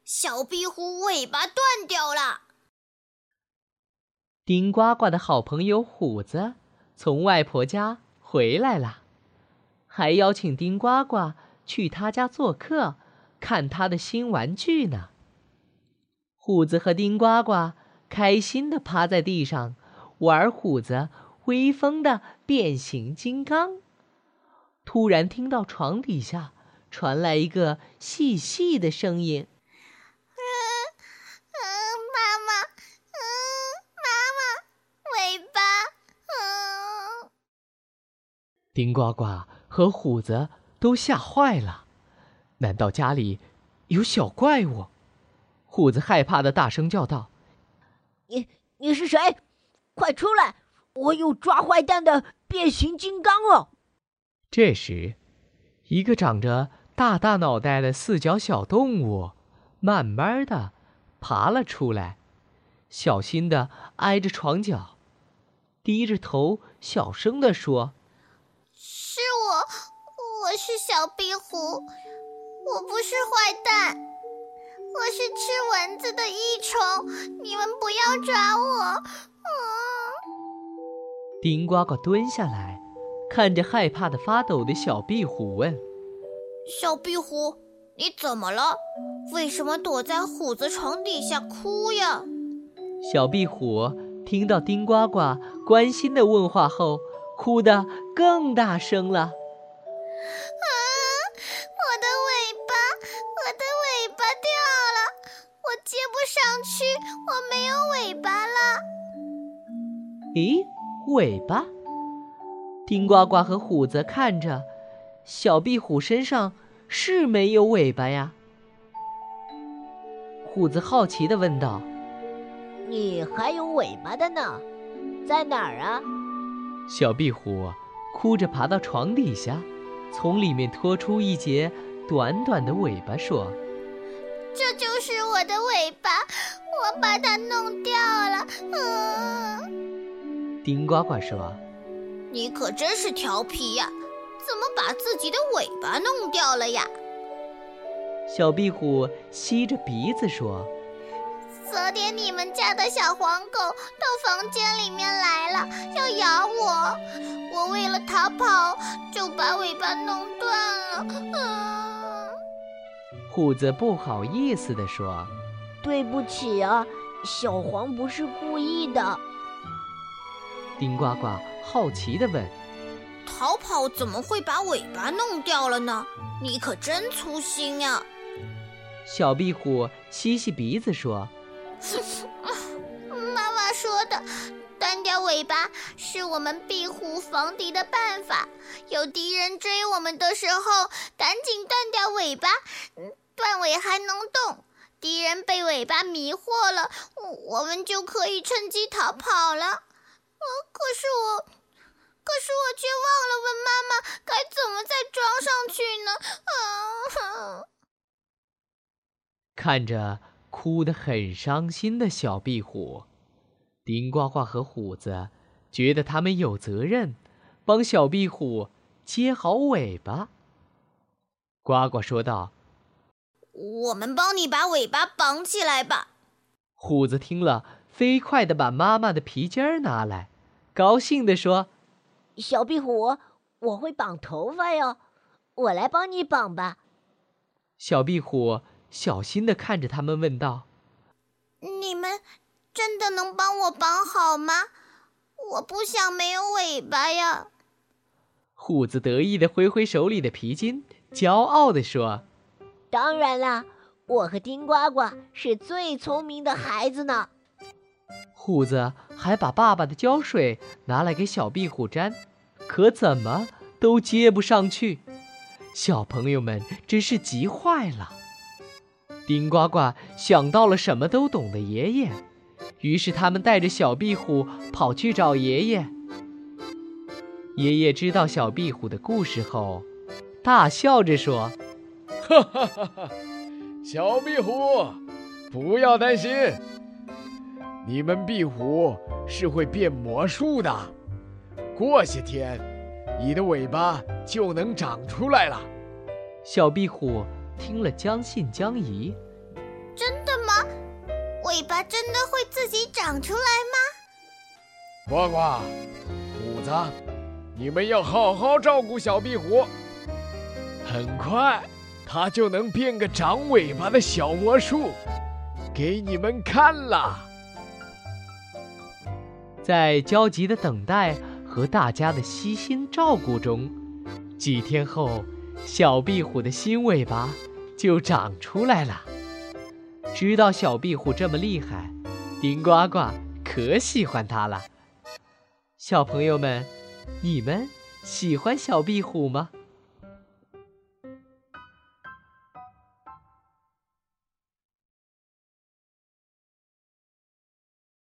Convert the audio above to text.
小壁虎尾巴断掉了。 丁呱呱的好朋友虎子从外婆家回来了，还邀请丁呱呱去他家做客，看他的新玩具呢。虎子和丁呱呱开心地趴在地上玩虎子威风的变形金刚。突然听到床底下传来一个细细的声音： 妈妈，妈妈，尾巴。 丁呱呱和虎子都吓坏了，难道家里有小怪物？虎子害怕地大声叫道： 你是谁？快出来！我有抓坏蛋的变形金刚哦！ 这时，一个长着大大脑袋的四脚小动物慢慢地爬了出来，小心地挨着床角，低着头小声地说： 是我是小壁虎，我不是坏蛋，我是吃蚊子的益虫，你们不要抓我。 丁呱呱蹲下来，看着害怕的发抖的小壁虎问： 小壁虎，你怎么了？为什么躲在虎子床底下哭呀？ 小壁虎听到丁呱呱关心的问话后，哭得更大声了。 我的尾巴掉了，我接不上去，我没有尾巴了。 咦，尾巴？丁呱呱和虎子看着，小壁虎身上是没有尾巴呀。虎子好奇地问道： 你还有尾巴的呢？在哪儿啊？ 小壁虎哭着爬到床底下，从里面拖出一截短短的尾巴说： 这就是我的尾巴，我把它弄掉了。 丁呱呱说： 你可真是调皮呀，怎么把自己的尾巴弄掉了呀？ 小壁虎吸着鼻子说： 昨天你们家的小黄狗到房间里面来了，要咬我，我为了逃跑就把尾巴弄断了。 虎子不好意思地说： 对不起啊，小黄不是故意的。 丁呱呱好奇地问： 逃跑怎么会把尾巴弄掉了呢？你可真粗心呀！ 小壁虎吸吸鼻子说： 妈妈说的，断掉尾巴是我们壁虎防敌的办法。有敌人追我们的时候，赶紧断掉尾巴，断尾还能动。敌人被尾巴迷惑了，我们就可以趁机逃跑了。可是我却忘了问妈妈该怎么再装上去呢。 看着哭得很伤心的小壁虎，丁呱呱和虎子觉得他们有责任帮小壁虎接好尾巴。呱呱说道： 我们帮你把尾巴绑起来吧。 虎子听了，飞快地把妈妈的皮筋儿拿来，高兴地说： 小壁虎，我会绑头发哟，我来帮你绑吧。 小壁虎小心地看着他们问道： 你们真的能帮我绑好吗？我不想没有尾巴呀。 虎子得意地挥挥手里的皮筋，骄傲地说： 当然啦，我和丁呱呱是最聪明的孩子呢。 虎子还把爸爸的胶水拿来给小壁虎粘，可怎么都接不上去。小朋友们真是急坏了。丁呱呱想到了什么都懂的爷爷，于是他们带着小壁虎跑去找爷爷。爷爷知道小壁虎的故事后，大笑着说： 哈哈哈哈，小壁虎，不要担心，你们壁虎是会变魔术的，过些天你的尾巴就能长出来了。 小壁虎听了将信将疑。 真巴真的会自己长出来吗？ 呱呱、虎子，你们要好好照顾小壁虎，很快它就能变个长尾巴的小魔术，给你们看啦！ 在焦急的等待和大家的悉心照顾中，几天后，小壁虎的新尾巴就长出来了。知道小壁虎这么厉害，丁呱呱可喜欢它了。小朋友们，你们喜欢小壁虎吗？